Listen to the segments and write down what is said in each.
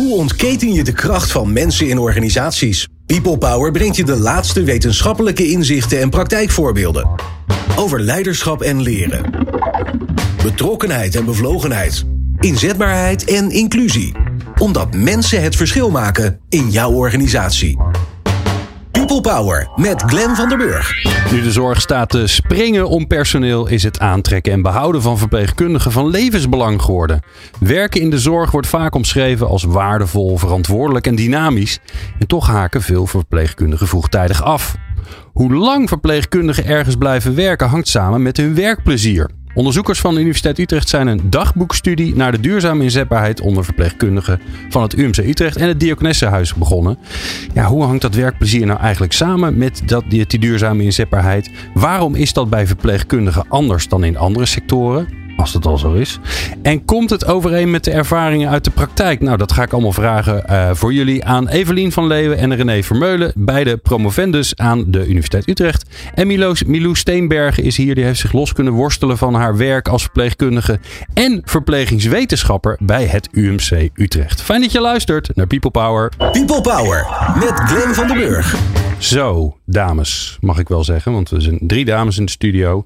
Hoe ontketen je de kracht van mensen in organisaties? People Power brengt je de laatste wetenschappelijke inzichten en praktijkvoorbeelden. Over leiderschap en leren. Betrokkenheid en bevlogenheid. Inzetbaarheid en inclusie. Omdat mensen het verschil maken in jouw organisatie. People Power met Glenn van der Burg. Nu de zorg staat te springen om personeel, is het aantrekken en behouden van verpleegkundigen van levensbelang geworden. Werken in de zorg wordt vaak omschreven als waardevol, verantwoordelijk en dynamisch. En toch haken veel verpleegkundigen vroegtijdig af. Hoe lang verpleegkundigen ergens blijven werken hangt samen met hun werkplezier. Onderzoekers van de Universiteit Utrecht zijn een dagboekstudie naar de duurzame inzetbaarheid onder verpleegkundigen van het UMC Utrecht en het Diakonessenhuis begonnen. Ja, hoe hangt dat werkplezier nou eigenlijk samen met die duurzame inzetbaarheid? Waarom is dat bij verpleegkundigen anders dan in andere sectoren? Als dat al zo is. En komt het overeen met de ervaringen uit de praktijk? Nou, dat ga ik allemaal vragen voor jullie aan Evelien van Leeuwen en René Vermeulen. Beide promovendus aan de Universiteit Utrecht. En Milou Steenbergen is hier. Die heeft zich los kunnen worstelen van haar werk als verpleegkundige en verplegingswetenschapper bij het UMC Utrecht. Fijn dat je luistert naar People Power. People Power met Glenn van der Burg. Zo, dames, mag ik wel zeggen. Want we zijn 3 dames in de studio.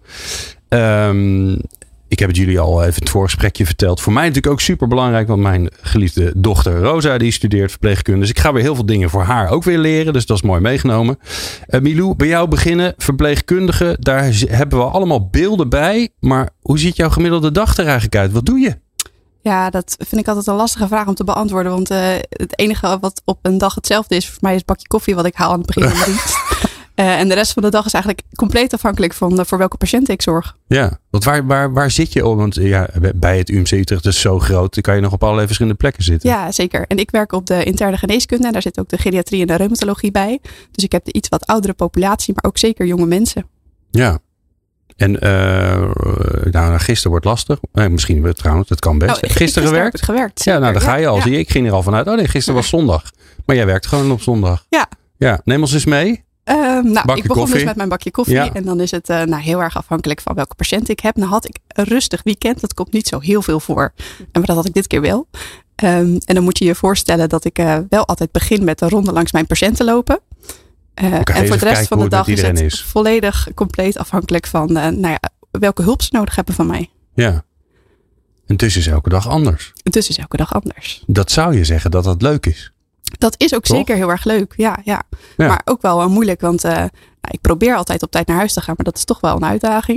Ik heb het jullie al even het voorgesprekje verteld. Voor mij natuurlijk ook super belangrijk. Want mijn geliefde dochter Rosa die studeert verpleegkunde. Dus ik ga weer heel veel dingen voor haar ook weer leren. Dus dat is mooi meegenomen. Milou, bij jou beginnen. Verpleegkundige. Daar hebben we allemaal beelden bij. Maar hoe ziet jouw gemiddelde dag er eigenlijk uit? Wat doe je? Ja, dat vind ik altijd een lastige vraag om te beantwoorden. Want het enige wat op een dag hetzelfde is voor mij is het bakje koffie wat ik haal aan het begin van de dienst. En de rest van de dag is eigenlijk compleet afhankelijk van voor welke patiënt ik zorg. Ja, want waar zit je op? Want ja, bij het UMC Utrecht is zo groot. Dan kan je nog op allerlei verschillende plekken zitten. Ja, zeker. En ik werk op de interne geneeskunde. En daar zit ook de geriatrie en de reumatologie bij. Dus ik heb de iets wat oudere populatie, maar ook zeker jonge mensen. Ja. En gisteren wordt lastig. Misschien trouwens, dat kan best. Gisteren gewerkt? Gewerkt. Ja, nou daar ga je al. Zie je, ik ging er al vanuit. Oh nee, gisteren was zondag. Maar jij werkt gewoon op zondag. Ja. Neem ons eens mee. Ik begon dus met mijn bakje koffie. Ja. En dan is het heel erg afhankelijk van welke patiënt ik heb. Nou had ik een rustig weekend. Dat komt niet zo heel veel voor. Maar dat had ik dit keer wel. En dan moet je je voorstellen dat ik wel altijd begin met een ronde langs mijn patiënten lopen. En voor de rest van de dag is het volledig compleet afhankelijk van welke hulp ze nodig hebben van mij. Ja. En dus is elke dag anders. Dat zou je zeggen dat dat leuk is. Dat is ook zeker heel erg leuk. Ja. Maar ook wel moeilijk. Want ik probeer altijd op tijd naar huis te gaan. Maar dat is toch wel een uitdaging.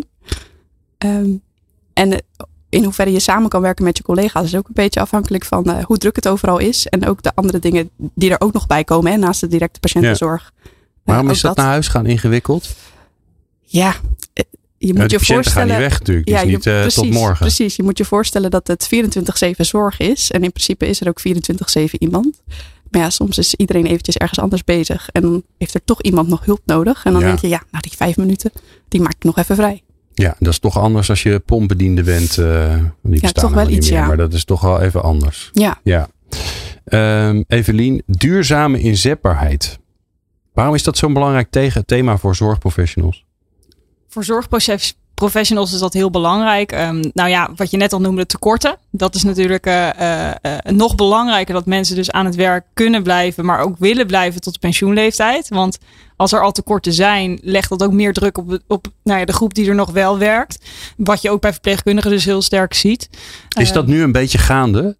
En in hoeverre je samen kan werken met je collega's is ook een beetje afhankelijk van hoe druk het overal is. En ook de andere dingen die er ook nog bij komen. Hè, naast de directe patiëntenzorg. Waarom is dat naar huis gaan ingewikkeld? Ja, je moet je voorstellen. Gaan niet weg natuurlijk. Dus niet precies, tot morgen. Precies, je moet je voorstellen dat het 24/7 zorg is. En in principe is er ook 24/7 iemand. Maar ja, soms is iedereen eventjes ergens anders bezig. En dan heeft er toch iemand nog hulp nodig. En dan denk je, die 5 minuten, die maak ik nog even vrij. Ja, dat is toch anders als je pompbediende bent. Die bestaan toch wel iets, meer, maar dat is toch wel even anders. Ja. Evelien, duurzame inzetbaarheid. Waarom is dat zo'n belangrijk thema voor zorgprofessionals? Voor zorgprofessionals is dat heel belangrijk. Wat je net al noemde, tekorten. Dat is natuurlijk nog belangrijker dat mensen dus aan het werk kunnen blijven, maar ook willen blijven tot de pensioenleeftijd. Want als er al tekorten zijn, legt dat ook meer druk op de groep die er nog wel werkt. Wat je ook bij verpleegkundigen dus heel sterk ziet. Is dat nu een beetje gaande?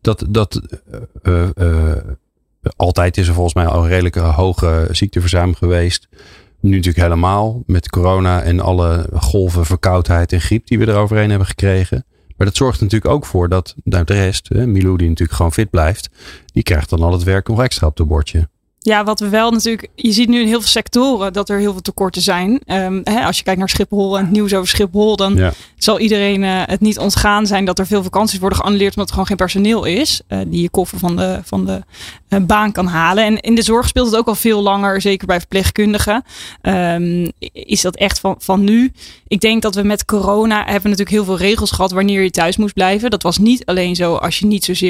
Altijd is er volgens mij al een redelijk hoge ziekteverzuim geweest. Nu natuurlijk helemaal met corona en alle golven verkoudheid en griep die we eroverheen hebben gekregen. Maar dat zorgt natuurlijk ook voor dat de rest, Milou die natuurlijk gewoon fit blijft, die krijgt dan al het werk nog extra op het bordje. Ja, wat we wel natuurlijk, je ziet nu in heel veel sectoren dat er heel veel tekorten zijn. Als je kijkt naar Schiphol en het nieuws over Schiphol, dan zal iedereen het niet ontgaan zijn dat er veel vakanties worden geannuleerd omdat er gewoon geen personeel is die je koffer van de baan kan halen. En in de zorg speelt het ook al veel langer, zeker bij verpleegkundigen. Is dat echt van nu? Ik denk dat we met corona hebben natuurlijk heel veel regels gehad wanneer je thuis moest blijven. Dat was niet alleen zo als je niet zozeer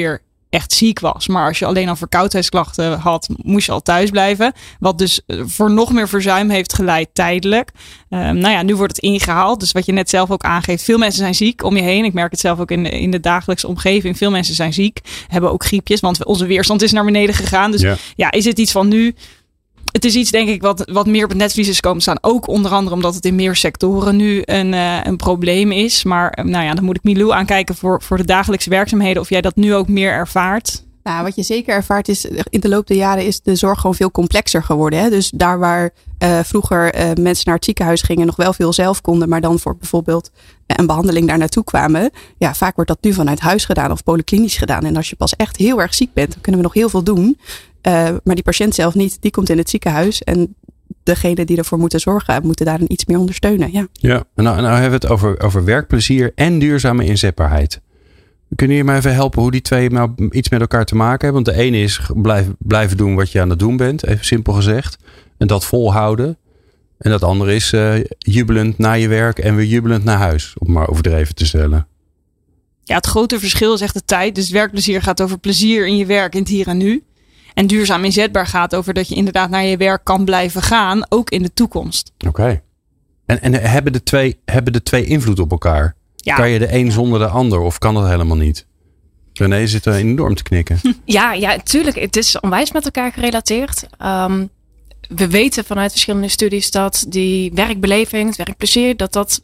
echt ziek was. Maar als je alleen al verkoudheidsklachten had, moest je al thuis blijven. Wat dus voor nog meer verzuim heeft geleid tijdelijk. Nu wordt het ingehaald. Dus wat je net zelf ook aangeeft. Veel mensen zijn ziek om je heen. Ik merk het zelf ook in de dagelijkse omgeving. Veel mensen zijn ziek. Hebben ook griepjes. Want onze weerstand is naar beneden gegaan. Dus is het iets van nu? Het is iets, denk ik, wat meer op het netvlies is komen staan. Ook onder andere omdat het in meer sectoren nu een probleem is. Maar dan moet ik Milou aankijken voor de dagelijkse werkzaamheden. Of jij dat nu ook meer ervaart. Nou, wat je zeker ervaart is, in de loop der jaren is de zorg gewoon veel complexer geworden. Hè? Dus daar waar vroeger mensen naar het ziekenhuis gingen, nog wel veel zelf konden, maar dan voor bijvoorbeeld een behandeling daar naartoe kwamen. Ja, vaak wordt dat nu vanuit huis gedaan of polyklinisch gedaan. En als je pas echt heel erg ziek bent, dan kunnen we nog heel veel doen. Maar die patiënt zelf niet, die komt in het ziekenhuis. En degene die ervoor moeten zorgen, moeten daarin iets meer ondersteunen. Ja. Nou hebben we het over werkplezier en duurzame inzetbaarheid. Kun je me even helpen hoe die twee nou iets met elkaar te maken hebben? Want de ene is blijven doen wat je aan het doen bent, even simpel gezegd. En dat volhouden. En dat andere is jubelend naar je werk en weer jubelend naar huis. Om maar overdreven te stellen. Ja, het grote verschil is echt de tijd. Dus werkplezier gaat over plezier in je werk in het hier en nu. En duurzaam inzetbaar gaat over dat je inderdaad naar je werk kan blijven gaan. Ook in de toekomst. Oké. En hebben de twee invloed op elkaar? Ja. Kan je de een zonder de ander of kan dat helemaal niet? René zit er enorm te knikken. Ja, tuurlijk. Het is onwijs met elkaar gerelateerd. We weten vanuit verschillende studies dat die werkbeleving, het werkplezier, dat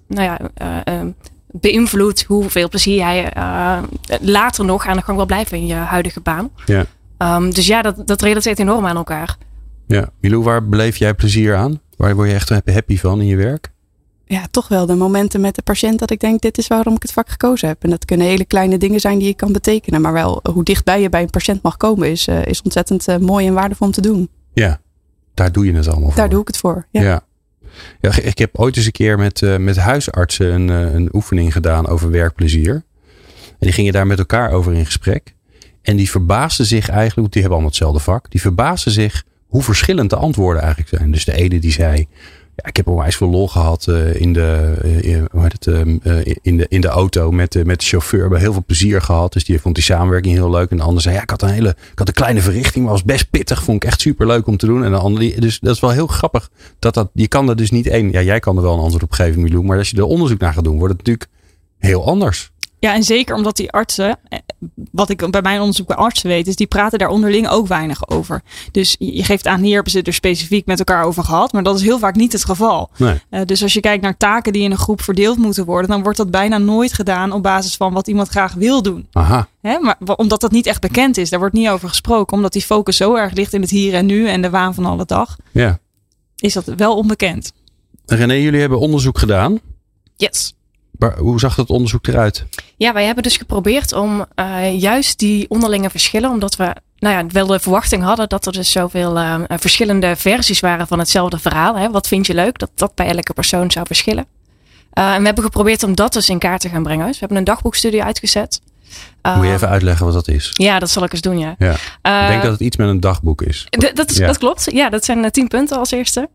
beïnvloedt hoeveel plezier jij later nog aan de gang wil blijven in je huidige baan. Ja. Dus dat relateert enorm aan elkaar. Ja, Milou, waar beleef jij plezier aan? Waar word je echt happy van in je werk? Ja, toch wel de momenten met de patiënt dat ik denk, dit is waarom ik het vak gekozen heb. En dat kunnen hele kleine dingen zijn die je kan betekenen. Maar wel hoe dichtbij je bij een patiënt mag komen is ontzettend mooi en waardevol om te doen. Ja, daar doe je het allemaal voor. Daar doe ik het voor, ja. Ik heb ooit eens een keer met huisartsen een oefening gedaan over werkplezier. En die gingen daar met elkaar over in gesprek. En die verbaasden zich eigenlijk, want die hebben allemaal hetzelfde vak. Die verbaasden zich hoe verschillend de antwoorden eigenlijk zijn. Dus de ene die zei, ja, ik heb onwijs veel lol gehad in de auto met de chauffeur. We hebben heel veel plezier gehad. Dus die vond die samenwerking heel leuk. En de ander zei, ja, ik had een kleine verrichting, maar was best pittig. Vond ik echt super leuk om te doen. En de ander, dus dat is wel heel grappig. Je kan er dus niet één. Ja, jij kan er wel een antwoord op geven, Milou. Maar als je er onderzoek naar gaat doen, wordt het natuurlijk heel anders. Ja, en zeker omdat die artsen, wat ik bij mijn onderzoek bij artsen weet, is die praten daar onderling ook weinig over. Dus je geeft aan, hier hebben ze het er specifiek met elkaar over gehad, maar dat is heel vaak niet het geval. Nee. Dus als je kijkt naar taken die in een groep verdeeld moeten worden, dan wordt dat bijna nooit gedaan op basis van wat iemand graag wil doen. Aha. Maar omdat dat niet echt bekend is, daar wordt niet over gesproken, omdat die focus zo erg ligt in het hier en nu en de waan van alle dag, is dat wel onbekend. René, jullie hebben onderzoek gedaan. Yes. Maar hoe zag dat onderzoek eruit? Ja, wij hebben dus geprobeerd om juist die onderlinge verschillen, omdat we wel de verwachting hadden dat er dus zoveel verschillende versies waren van hetzelfde verhaal. Hè. Wat vind je leuk? Dat bij elke persoon zou verschillen. En we hebben geprobeerd om dat dus in kaart te gaan brengen. Dus we hebben een dagboekstudie uitgezet. Moet je even uitleggen wat dat is? Ja, dat zal ik eens doen, ja. Ik denk dat het iets met een dagboek is. Dat klopt. Ja, dat zijn 10 punten als eerste.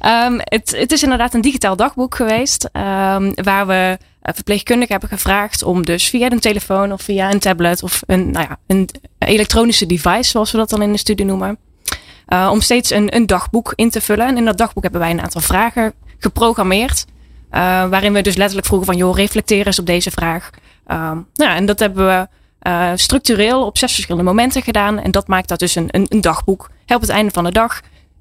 Het is inderdaad een digitaal dagboek geweest. Waar we verpleegkundigen hebben gevraagd om dus via een telefoon of via een tablet of een elektronische device, zoals we dat dan in de studie noemen. Om steeds een dagboek in te vullen. En in dat dagboek hebben wij een aantal vragen geprogrammeerd. Waarin we dus letterlijk vroegen van, joh, reflecteer eens op deze vraag. En dat hebben we structureel op 6 verschillende momenten gedaan. En dat maakt dat dus een dagboek. Op het einde van de dag,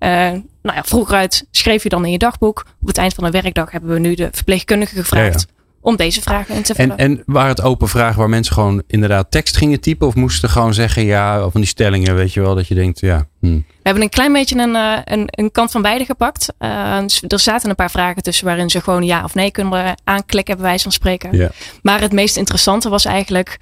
vroeger uit schreef je dan in je dagboek. Op het eind van de werkdag hebben we nu de verpleegkundige gevraagd om deze vragen in te vullen. En waren het open vragen waar mensen gewoon inderdaad tekst gingen typen? Of moesten gewoon zeggen ja, of van die stellingen, weet je wel, dat je denkt ja. We hebben een klein beetje een kant van beide gepakt. Dus er zaten een paar vragen tussen waarin ze gewoon ja of nee kunnen aanklikken, bij wijze van spreken. Ja. Maar het meest interessante was eigenlijk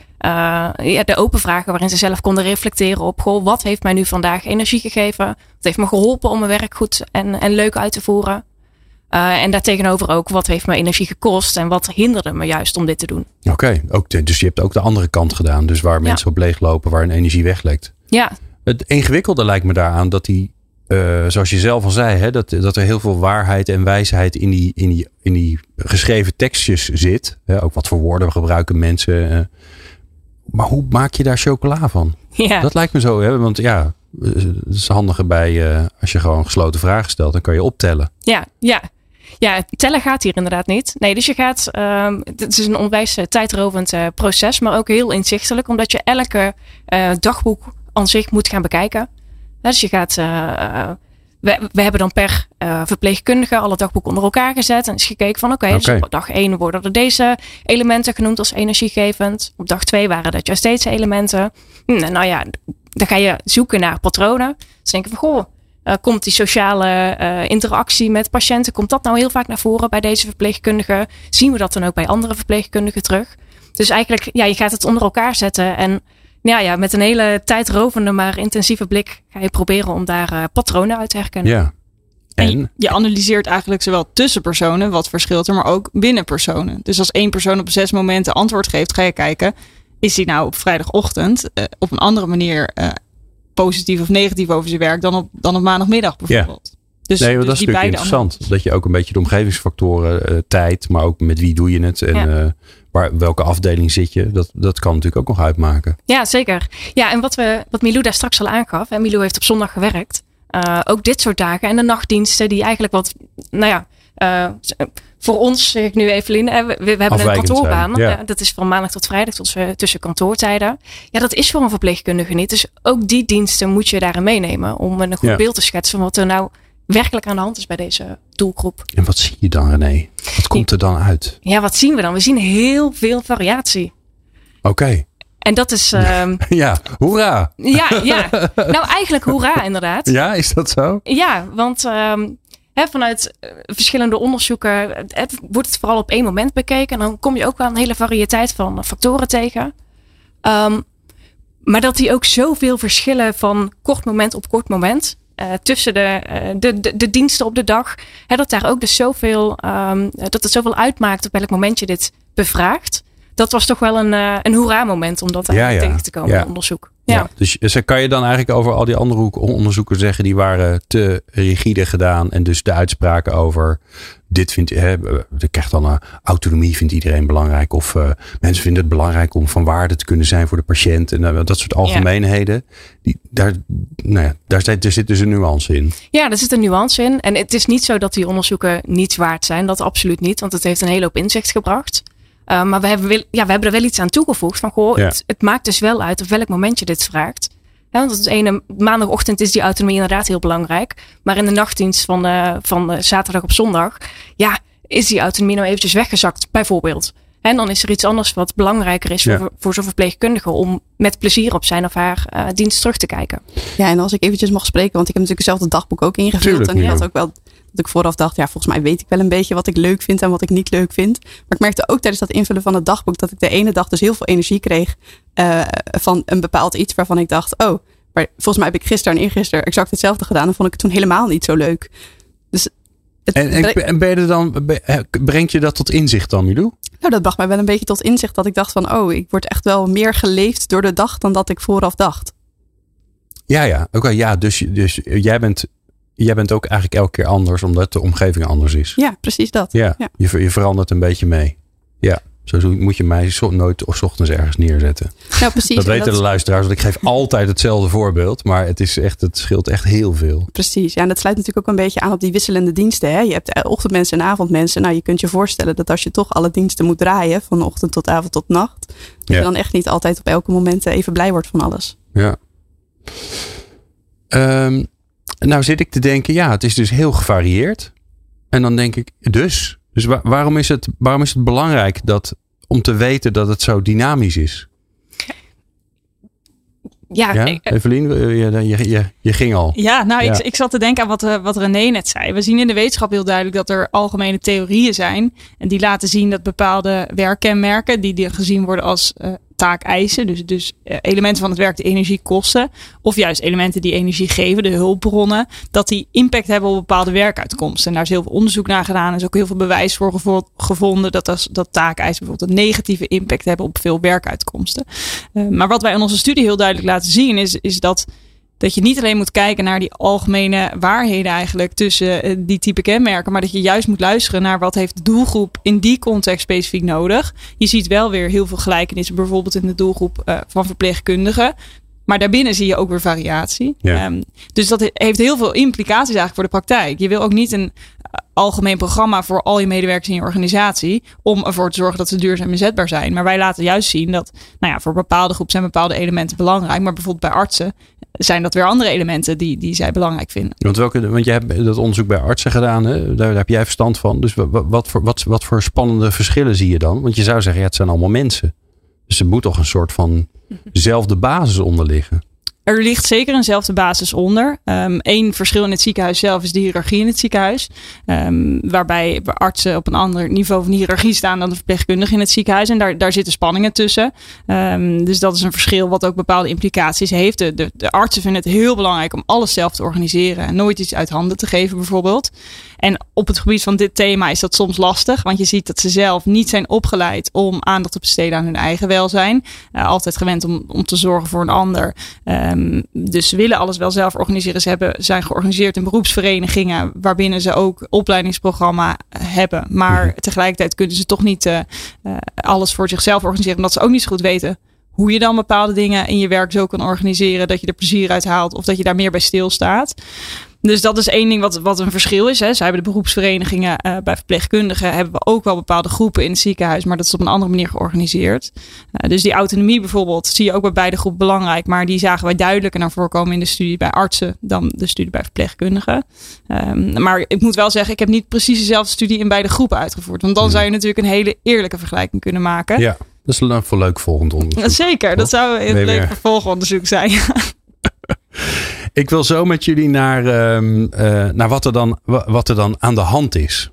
de open vragen waarin ze zelf konden reflecteren op, goh, wat heeft mij nu vandaag energie gegeven? Wat heeft me geholpen om mijn werk goed en leuk uit te voeren? En daartegenover ook, wat heeft me energie gekost en wat hinderde me juist om dit te doen? Oké, dus je hebt ook de andere kant gedaan. Dus waar mensen op leeglopen, waar hun energie weglekt. Ja. Het ingewikkelde lijkt me daaraan dat die, zoals je zelf al zei, hè, dat er heel veel waarheid en wijsheid in die geschreven tekstjes zit. Ook wat voor woorden gebruiken mensen. Maar hoe maak je daar chocola van? Ja. Dat lijkt me zo, hè? Want het is handiger bij als je gewoon gesloten vragen stelt, dan kan je optellen. Ja, tellen gaat hier inderdaad niet. Nee, dus je gaat, het is een onwijs tijdrovend proces, maar ook heel inzichtelijk, omdat je elke dagboek aan zich moet gaan bekijken. Dus je gaat, we hebben dan per verpleegkundige alle dagboeken onder elkaar gezet en is gekeken van dus op dag 1 worden er deze elementen genoemd als energiegevend. Op dag 2 waren dat juist deze elementen. Dan ga je zoeken naar patronen. Dus denk je van, komt die sociale interactie met patiënten, komt dat nou heel vaak naar voren bij deze verpleegkundigen? Zien we dat dan ook bij andere verpleegkundigen terug? Dus eigenlijk, je gaat het onder elkaar zetten en met een hele tijdrovende, maar intensieve blik ga je proberen om daar patronen uit te herkennen. Ja. En je analyseert eigenlijk zowel tussen personen, wat verschilt er, maar ook binnen personen. Dus als 1 persoon op 6 momenten antwoord geeft, ga je kijken, is hij nou op vrijdagochtend op een andere manier positief of negatief over zijn werk dan op maandagmiddag bijvoorbeeld. Ja. Dus dat is natuurlijk interessant. Dat je ook een beetje de omgevingsfactoren, tijd, maar ook met wie doe je het en welke afdeling zit je. Dat kan natuurlijk ook nog uitmaken. Ja, zeker. Ja, en wat Milou daar straks al aangaf, en Milou heeft op zondag gewerkt. Ook dit soort dagen en de nachtdiensten die eigenlijk voor ons, zeg ik nu Evelien, we hebben een kantoorbaan. Dat is van maandag tot vrijdag tussen kantoortijden. Ja, dat is voor een verpleegkundige niet. Dus ook die diensten moet je daarin meenemen om een goed beeld te schetsen van wat er nou werkelijk aan de hand is bij deze doelgroep. En wat zie je dan, René? Wat komt er dan uit? Ja, wat zien we dan? We zien heel veel variatie. Oké. En dat is... hoera! Ja. Nou, eigenlijk hoera inderdaad. Ja, is dat zo? Ja, want vanuit verschillende onderzoeken wordt het vooral op 1 moment bekeken. En dan kom je ook wel een hele variëteit van factoren tegen. Maar dat die ook zoveel verschillen van kort moment op kort moment. Tussen de diensten op de dag. Dat daar ook dus zoveel, dat het zoveel uitmaakt op welk moment je dit bevraagt. Dat was toch wel een hoera moment om dat tegen te komen in onderzoek. Ja. Dus kan je dan eigenlijk over al die andere onderzoeken zeggen, die waren te rigide gedaan en dus de uitspraken over dit vindt, je krijgt dan autonomie vindt iedereen belangrijk of mensen vinden het belangrijk om van waarde te kunnen zijn voor de patiënt en dat soort algemeenheden. Daar zit dus een nuance in. Ja, er zit een nuance in en het is niet zo dat die onderzoeken niets waard zijn, dat absoluut niet, want het heeft een hele hoop inzicht gebracht. Maar we hebben er wel iets aan toegevoegd van het maakt dus wel uit op welk moment je dit vraagt. Want het ene maandagochtend is die autonomie inderdaad heel belangrijk. Maar in de nachtdienst van zaterdag op zondag, is die autonomie nou eventjes weggezakt bijvoorbeeld. En dan is er iets anders wat belangrijker is voor zo'n verpleegkundige om met plezier op zijn of haar dienst terug te kijken. Ja, en als ik eventjes mag spreken, want ik heb natuurlijk zelf het dagboek ook ingevuld. Tuurlijk, en ik had ook wel dat ik vooraf dacht, volgens mij weet ik wel een beetje wat ik leuk vind en wat ik niet leuk vind. Maar ik merkte ook tijdens dat invullen van het dagboek dat ik de ene dag dus heel veel energie kreeg van een bepaald iets waarvan ik dacht, maar volgens mij heb ik gisteren en eergisteren exact hetzelfde gedaan en vond ik het toen helemaal niet zo leuk. Dus en ben je er dan, brengt je dat tot inzicht dan, Milou? Nou, dat bracht mij wel een beetje tot inzicht dat ik dacht van, ik word echt wel meer geleefd door de dag dan dat ik vooraf dacht. Ja. Oké, dus jij bent ook eigenlijk elke keer anders omdat de omgeving anders is. Ja, precies dat. Ja. Je verandert een beetje mee. Ja. Zo moet je mij nooit of 's ochtends ergens neerzetten. Nou, precies. Dat weten de luisteraars, want ik geef altijd hetzelfde voorbeeld. Maar het scheelt echt heel veel. Precies. Ja, en dat sluit natuurlijk ook een beetje aan op die wisselende diensten. Hè? Je hebt ochtendmensen en avondmensen. Nou, je kunt je voorstellen dat als je toch alle diensten moet draaien, van ochtend tot avond tot nacht, dat je dan echt niet altijd op elke moment even blij wordt van alles. Ja. Nou zit ik te denken, het is dus heel gevarieerd. En dan denk ik, dus waarom is het belangrijk om te weten dat het zo dynamisch is? Ja, Evelien, je ging al. Ja, ik zat te denken aan wat René net zei. We zien in de wetenschap heel duidelijk dat er algemene theorieën zijn. En die laten zien dat bepaalde werkkenmerken, die gezien worden als taakeisen, dus elementen van het werk die energie kosten, of juist elementen die energie geven, de hulpbronnen, dat die impact hebben op bepaalde werkuitkomsten. En daar is heel veel onderzoek naar gedaan. Er is ook heel veel bewijs voor gevonden dat taakeisen bijvoorbeeld een negatieve impact hebben op veel werkuitkomsten. Maar wat wij in onze studie heel duidelijk laten zien is dat dat je niet alleen moet kijken naar die algemene waarheden eigenlijk tussen die type kenmerken, maar dat je juist moet luisteren naar wat heeft de doelgroep in die context specifiek nodig. Je ziet wel weer heel veel gelijkenissen, bijvoorbeeld in de doelgroep van verpleegkundigen. Maar daarbinnen zie je ook weer variatie. Ja. Dus dat heeft heel veel implicaties eigenlijk voor de praktijk. Je wil ook niet een algemeen programma voor al je medewerkers in je organisatie om ervoor te zorgen dat ze duurzaam inzetbaar zijn. Maar wij laten juist zien dat voor bepaalde groepen zijn bepaalde elementen belangrijk. Maar bijvoorbeeld bij artsen zijn dat weer andere elementen die zij belangrijk vinden. Want je hebt dat onderzoek bij artsen gedaan. Hè? Daar heb jij verstand van. Dus wat voor spannende verschillen zie je dan? Want je zou zeggen, het zijn allemaal mensen. Dus er moet toch een soort van zelfde basis onder liggen. Er ligt zeker eenzelfde basis onder. Eén verschil in het ziekenhuis zelf is de hiërarchie in het ziekenhuis. Waarbij artsen op een ander niveau van hiërarchie staan dan de verpleegkundigen in het ziekenhuis. En daar zitten spanningen tussen. Dus dat is een verschil wat ook bepaalde implicaties heeft. De artsen vinden het heel belangrijk om alles zelf te organiseren. En nooit iets uit handen te geven bijvoorbeeld. En op het gebied van dit thema is dat soms lastig. Want je ziet dat ze zelf niet zijn opgeleid om aandacht te besteden aan hun eigen welzijn. Altijd gewend om te zorgen voor een ander. Dus ze willen alles wel zelf organiseren. Ze zijn georganiseerd in beroepsverenigingen waarbinnen ze ook opleidingsprogramma hebben. Maar tegelijkertijd kunnen ze toch niet alles voor zichzelf organiseren. Omdat ze ook niet zo goed weten hoe je dan bepaalde dingen in je werk zo kan organiseren. Dat je er plezier uit haalt of dat je daar meer bij stilstaat. Dus dat is één ding wat een verschil is. Hè. Zij hebben de beroepsverenigingen. Bij verpleegkundigen hebben we ook wel bepaalde groepen in het ziekenhuis. Maar dat is op een andere manier georganiseerd. Dus die autonomie bijvoorbeeld zie je ook bij beide groepen belangrijk. Maar die zagen wij duidelijker naar voren komen in de studie bij artsen dan de studie bij verpleegkundigen. Maar ik moet wel zeggen, ik heb niet precies dezelfde studie in beide groepen uitgevoerd. Want dan zou je natuurlijk een hele eerlijke vergelijking kunnen maken. Ja, dat is een leuk volgend onderzoek. Zeker, dat zou een leuk vervolgonderzoek zijn. Ik wil zo met jullie naar wat er dan aan de hand is.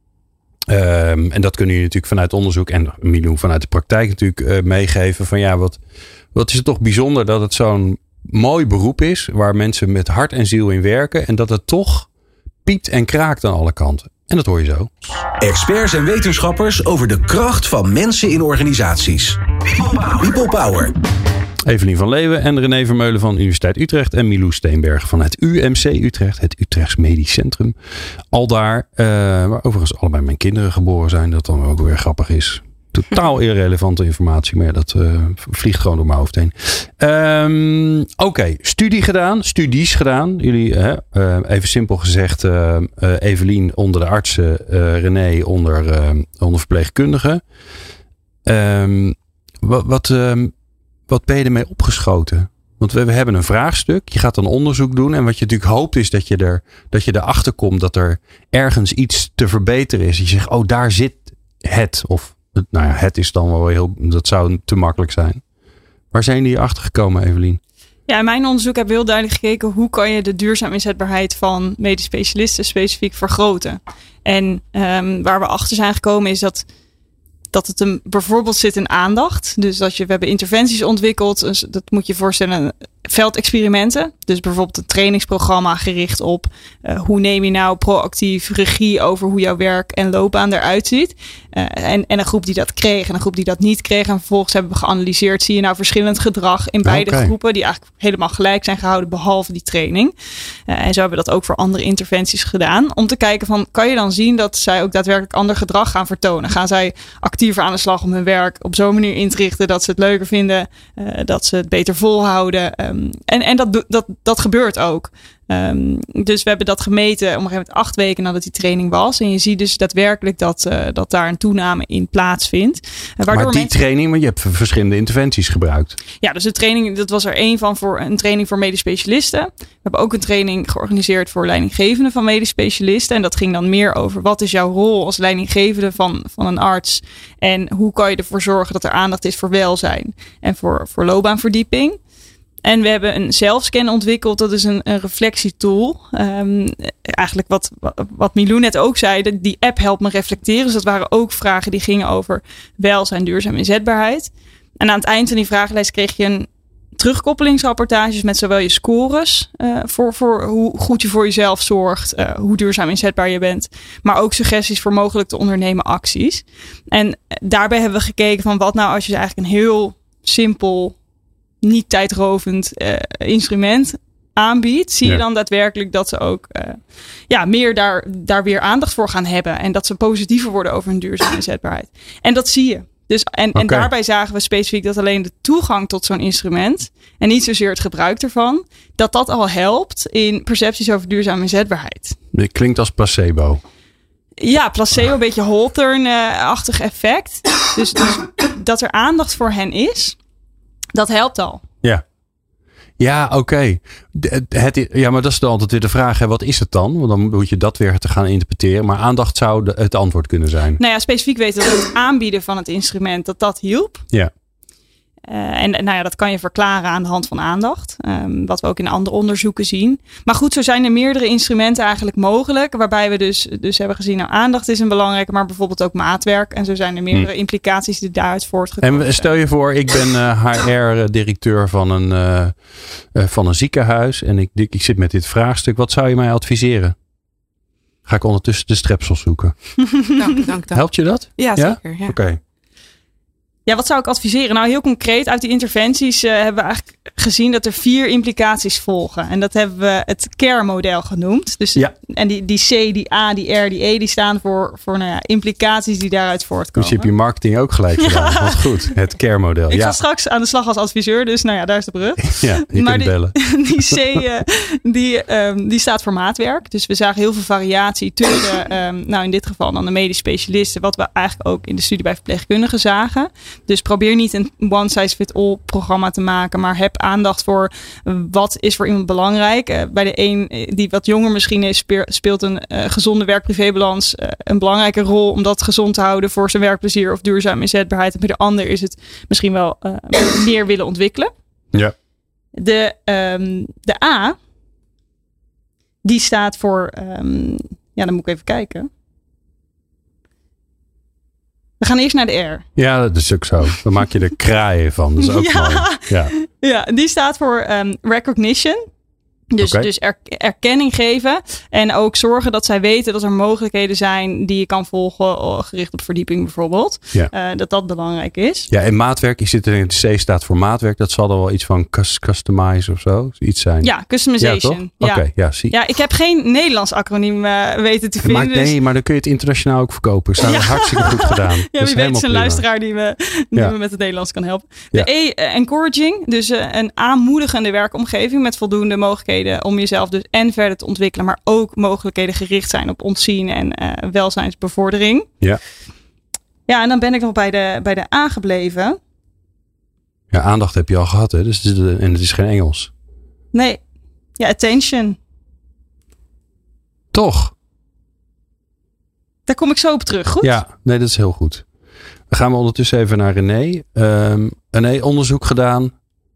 En dat kunnen jullie natuurlijk vanuit onderzoek en Milou vanuit de praktijk natuurlijk meegeven. Van wat is het toch bijzonder dat het zo'n mooi beroep is. Waar mensen met hart en ziel in werken. En dat het toch piept en kraakt aan alle kanten. En dat hoor je zo. Experts en wetenschappers over de kracht van mensen in organisaties. People Power. Evelien van Leeuwen en René Vermeulen van Universiteit Utrecht. En Milou Steenberg van het UMC Utrecht. Het Utrechts Medisch Centrum. Aldaar, waar overigens allebei mijn kinderen geboren zijn. Dat dan ook weer grappig is. Totaal irrelevante informatie. Maar dat vliegt gewoon door mijn hoofd heen. Oké, studies gedaan. Jullie, even simpel gezegd. Evelien onder de artsen. René onder verpleegkundigen. Wat ben je ermee opgeschoten? Want we hebben een vraagstuk. Je gaat dan onderzoek doen. En wat je natuurlijk hoopt is dat je erachter komt dat er ergens iets te verbeteren is. Je zegt, daar zit het. Of het is dan wel dat zou te makkelijk zijn. Waar zijn jullie achter gekomen, Evelien? Ja, in mijn onderzoek hebben we heel duidelijk gekeken hoe kan je de duurzaam inzetbaarheid van medisch specialisten specifiek vergroten. En waar we achter zijn gekomen is dat het bijvoorbeeld zit in aandacht. Dus we hebben interventies ontwikkeld. Dus dat moet je voorstellen, veldexperimenten. Dus bijvoorbeeld een trainingsprogramma gericht op hoe neem je nou proactief regie over hoe jouw werk en loopbaan eruit ziet. En een groep die dat kreeg en een groep die dat niet kreeg. En vervolgens hebben we geanalyseerd. Zie je nou verschillend gedrag in beide groepen die eigenlijk helemaal gelijk zijn gehouden behalve die training. En zo hebben we dat ook voor andere interventies gedaan. Om te kijken van, kan je dan zien dat zij ook daadwerkelijk ander gedrag gaan vertonen? Gaan zij actiever aan de slag om hun werk op zo'n manier in te richten dat ze het leuker vinden, dat ze het beter volhouden. En dat gebeurt ook. Dus we hebben dat gemeten op een gegeven moment 8 weken nadat die training was. En je ziet dus daadwerkelijk dat daar een toename in plaatsvindt. Maar die training, want je hebt verschillende interventies gebruikt. Ja, dus de training, dat was er één van voor een training voor medisch specialisten. We hebben ook een training georganiseerd voor leidinggevenden van medisch specialisten. En dat ging dan meer over wat is jouw rol als leidinggevende van een arts. En hoe kan je ervoor zorgen dat er aandacht is voor welzijn en voor loopbaanverdieping. En we hebben een zelfscan ontwikkeld. Dat is een reflectietool. Eigenlijk wat Milou net ook zei. Die app helpt me reflecteren. Dus dat waren ook vragen die gingen over welzijn, duurzaam inzetbaarheid. En aan het eind van die vragenlijst kreeg je een terugkoppelingsrapportages met zowel je scores voor hoe goed je voor jezelf zorgt, hoe duurzaam inzetbaar je bent, maar ook suggesties voor mogelijk te ondernemen acties. En daarbij hebben we gekeken van wat nou als je eigenlijk een heel simpel, niet tijdrovend instrument aanbiedt, zie je dan daadwerkelijk dat ze ook meer daar weer aandacht voor gaan hebben. En dat ze positiever worden over hun duurzame inzetbaarheid. En dat zie je. Dus, en daarbij zagen we specifiek dat alleen de toegang tot zo'n instrument en niet zozeer het gebruik ervan, dat al helpt in percepties over duurzame inzetbaarheid. Dit klinkt als placebo. Ja, placebo, een beetje Hawthorne-achtig effect. Dus dat er aandacht voor hen is, dat helpt al. Ja, oké. Ja, maar dat is dan altijd weer de vraag. Hè, wat is het dan? Want dan moet je dat weer te gaan interpreteren. Maar aandacht zou het antwoord kunnen zijn. Nou ja, specifiek weten we dat het aanbieden van het instrument, dat hielp. Ja. Dat kan je verklaren aan de hand van aandacht. Wat we ook in andere onderzoeken zien. Maar goed, zo zijn er meerdere instrumenten eigenlijk mogelijk. Waarbij we dus hebben gezien, aandacht is een belangrijke. Maar bijvoorbeeld ook maatwerk. En zo zijn er meerdere implicaties die daaruit voortgekomen. En stel je voor, ik ben HR-directeur van een ziekenhuis. En ik zit met dit vraagstuk. Wat zou je mij adviseren? Ga ik ondertussen de strepsels zoeken. Dank. Helpt je dat? Ja, zeker. Ja. Oké. Ja, wat zou ik adviseren? Nou, heel concreet uit die interventies hebben we eigenlijk gezien dat er 4 implicaties volgen. En dat hebben we het CARE-model genoemd. Dus, en die C, die A, die R, die E, die staan voor implicaties die daaruit voortkomen. Dus je hebt je marketing ook gelijk gedaan. Wat goed, het CARE-model. Ik ga straks aan de slag als adviseur, dus daar is de brug. Ja, je kunt bellen. Die C, die staat voor maatwerk. Dus we zagen heel veel variatie tussen, in dit geval dan de medisch specialisten, wat we eigenlijk ook in de studie bij verpleegkundigen zagen. Dus probeer niet een one-size-fits-all programma te maken, maar heb aandacht voor wat is voor iemand belangrijk. Bij de een die wat jonger misschien is, speelt een gezonde werk-privébalans een belangrijke rol om dat gezond te houden voor zijn werkplezier of duurzame inzetbaarheid. En bij de ander is het misschien wel meer willen ontwikkelen. Ja. De A, die staat voor, dan moet ik even kijken. We gaan eerst naar de R. Ja, dat is ook zo. Dan maak je er kraaien van. Dat is ook mooi. Ja, die staat voor recognition. Dus erkenning geven. En ook zorgen dat zij weten dat er mogelijkheden zijn die je kan volgen. Gericht op verdieping bijvoorbeeld. Ja. Dat belangrijk is. Ja, en maatwerk. Je zit er in de C staat voor maatwerk. Dat zal er wel iets van customize of zo. Iets zijn. Ja, customization. Ja, toch? Oké, zie. Ja, ik heb geen Nederlands acroniem weten te vinden. Maar dan kun je het internationaal ook verkopen. Dat is hartstikke goed gedaan. Ja, wie weet is een luisteraar die me met het Nederlands kan helpen. De E, encouraging. Dus een aanmoedigende werkomgeving met voldoende mogelijkheden om jezelf dus en verder te ontwikkelen, maar ook mogelijkheden gericht zijn op ontzien en welzijnsbevordering. Ja. Ja, en dan ben ik nog bij de A gebleven. Ja, aandacht heb je al gehad, hè? Dus en het is geen Engels. Nee. Ja, attention. Toch? Daar kom ik zo op terug, goed? Ja, nee, dat is heel goed. Dan gaan we ondertussen even naar René. René, onderzoek gedaan.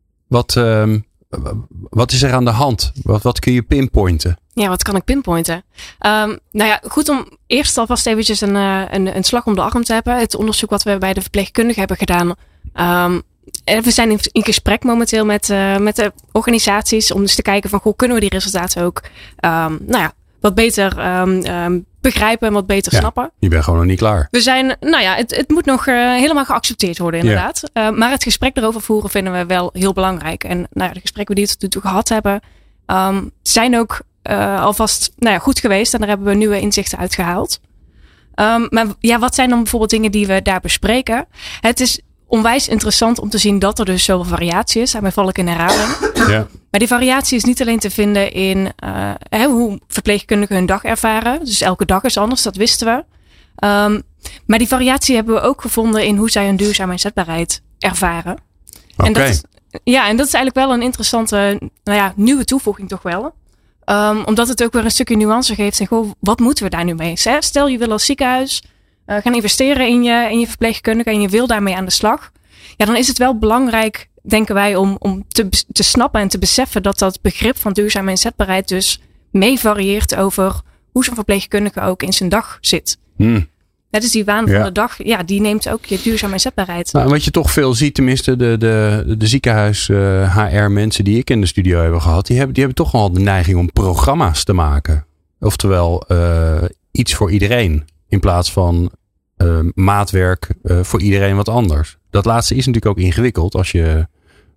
Wat is er aan de hand? Wat kun je pinpointen? Ja, wat kan ik pinpointen? Goed om eerst alvast eventjes een slag om de arm te hebben. Het onderzoek wat we bij de verpleegkundigen hebben gedaan. We zijn in gesprek momenteel met de organisaties om dus te kijken van, kunnen we die resultaten ook wat beter begrijpen en wat beter snappen. Je bent gewoon nog niet klaar. We zijn, het moet nog helemaal geaccepteerd worden inderdaad. Ja. Maar het gesprek erover voeren vinden we wel heel belangrijk. En de gesprekken die we tot nu toe gehad hebben, zijn ook alvast goed geweest. En daar hebben we nieuwe inzichten uitgehaald. Maar wat zijn dan bijvoorbeeld dingen die we daar bespreken? Het is onwijs interessant om te zien dat er dus zoveel variatie is. Daarmee val ik in herhaling. Ja. Maar die variatie is niet alleen te vinden in hoe verpleegkundigen hun dag ervaren. Dus elke dag is anders, dat wisten we. Maar die variatie hebben we ook gevonden in hoe zij hun duurzame inzetbaarheid ervaren. Okay. En dat is eigenlijk wel een interessante nieuwe toevoeging toch wel. Omdat het ook weer een stukje nuance geeft. En wat moeten we daar nu mee? Stel je wil als ziekenhuis gaan investeren in je verpleegkundige en je wil daarmee aan de slag. Ja, dan is het wel belangrijk, denken wij, om te snappen en te beseffen dat begrip van duurzame inzetbaarheid dus mee varieert over hoe zo'n verpleegkundige ook in zijn dag zit. Dat is die waan van de dag. Ja, die neemt ook je duurzame inzetbaarheid. Nou, wat je toch veel ziet, tenminste de ziekenhuis HR mensen die ik in de studio heb gehad, die hebben toch wel de neiging om programma's te maken. Oftewel iets voor iedereen. In plaats van maatwerk voor iedereen wat anders. Dat laatste is natuurlijk ook ingewikkeld als je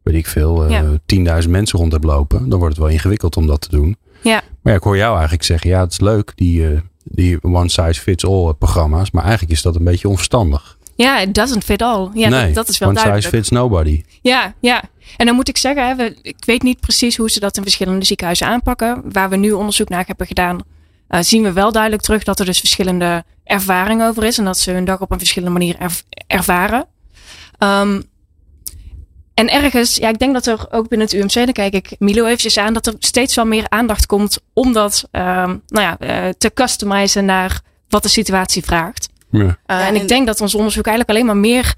weet ik veel, 10.000 mensen rond hebt lopen. Dan wordt het wel ingewikkeld om dat te doen. Ja. Maar ik hoor jou eigenlijk zeggen, ja, het is leuk, die one size fits all programma's. Maar eigenlijk is dat een beetje onverstandig. Ja, it doesn't fit all. Ja, nee, dat is wel one duidelijk. One size fits nobody. Ja. En dan moet ik zeggen, ik weet niet precies hoe ze dat in verschillende ziekenhuizen aanpakken. Waar we nu onderzoek naar hebben gedaan, zien we wel duidelijk terug dat er dus verschillende ervaring over is. En dat ze hun dag op een verschillende manier ervaren. En ergens, ik denk dat er ook binnen het UMC, dan kijk ik Milou eventjes aan, dat er steeds wel meer aandacht komt om dat te customizen naar wat de situatie vraagt. Ja. En ik denk dat ons onderzoek eigenlijk alleen maar meer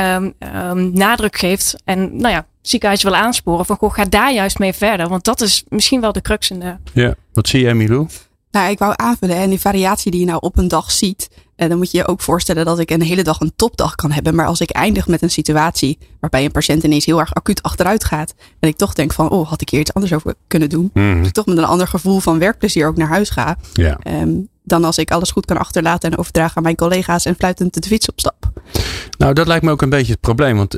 nadruk geeft. En ziekenhuizen wil aansporen van, ga daar juist mee verder. Want dat is misschien wel de crux in de... Ja, wat zie jij, Milou? Nou, ik wou aanvullen. En die variatie die je nou op een dag ziet. Dan moet je je ook voorstellen dat ik een hele dag een topdag kan hebben. Maar als ik eindig met een situatie waarbij een patiënt ineens heel erg acuut achteruit gaat. En ik toch denk van, had ik hier iets anders over kunnen doen. Dat ik toch met een ander gevoel van werkplezier ook naar huis ga. Ja. Dan als ik alles goed kan achterlaten en overdragen aan mijn collega's en fluitend de fiets opstap. Nou, dat lijkt me ook een beetje het probleem. Want